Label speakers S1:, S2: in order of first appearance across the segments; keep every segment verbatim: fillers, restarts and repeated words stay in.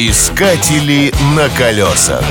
S1: Искатели на колесах.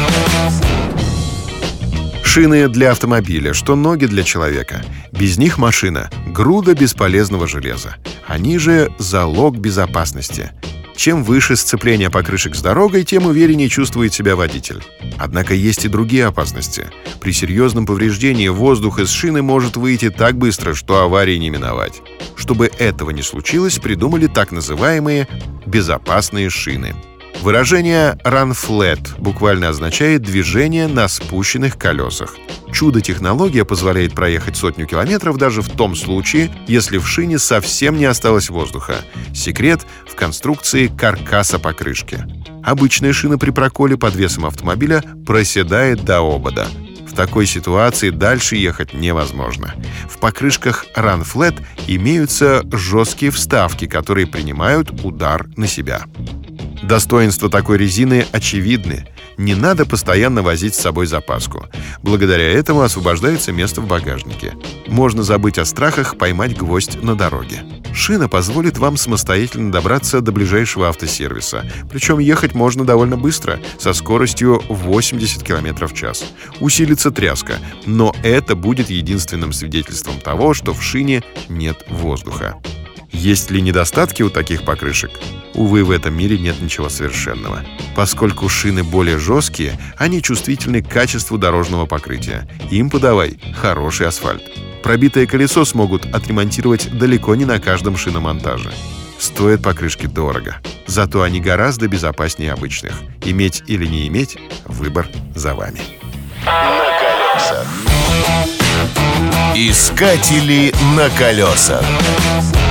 S2: Шины для автомобиля, что ноги для человека. Без них машина — груда бесполезного железа. Они же залог безопасности. Чем выше сцепление покрышек с дорогой, тем увереннее чувствует себя водитель. Однако есть и другие опасности. При серьезном повреждении воздух из шины может выйти так быстро, что аварии не миновать. Чтобы этого не случилось, придумали так называемые безопасные шины. Выражение «run flat» буквально означает «движение на спущенных колесах». Чудо-технология позволяет проехать сотню километров даже в том случае, если в шине совсем не осталось воздуха. Секрет в конструкции каркаса покрышки. Обычная шина при проколе под весом автомобиля проседает до обода. В такой ситуации дальше ехать невозможно. В покрышках Run Flat имеются жесткие вставки, которые принимают удар на себя. Достоинства такой резины очевидны. Не надо постоянно возить с собой запаску. Благодаря этому освобождается место в багажнике. Можно забыть о страхах поймать гвоздь на дороге. Шина позволит вам самостоятельно добраться до ближайшего автосервиса. Причем ехать можно довольно быстро, со скоростью восемьдесят километров в час. Усилится тряска, но это будет единственным свидетельством того, что в шине нет воздуха. Есть ли недостатки у таких покрышек? Увы, в этом мире нет ничего совершенного. Поскольку шины более жесткие, они чувствительны к качеству дорожного покрытия. Им подавай хороший асфальт. Пробитое колесо смогут отремонтировать далеко не на каждом шиномонтаже. Стоят покрышки дорого. Зато они гораздо безопаснее обычных. Иметь или не иметь — выбор за вами.
S1: На колесах. Искатели на колесах.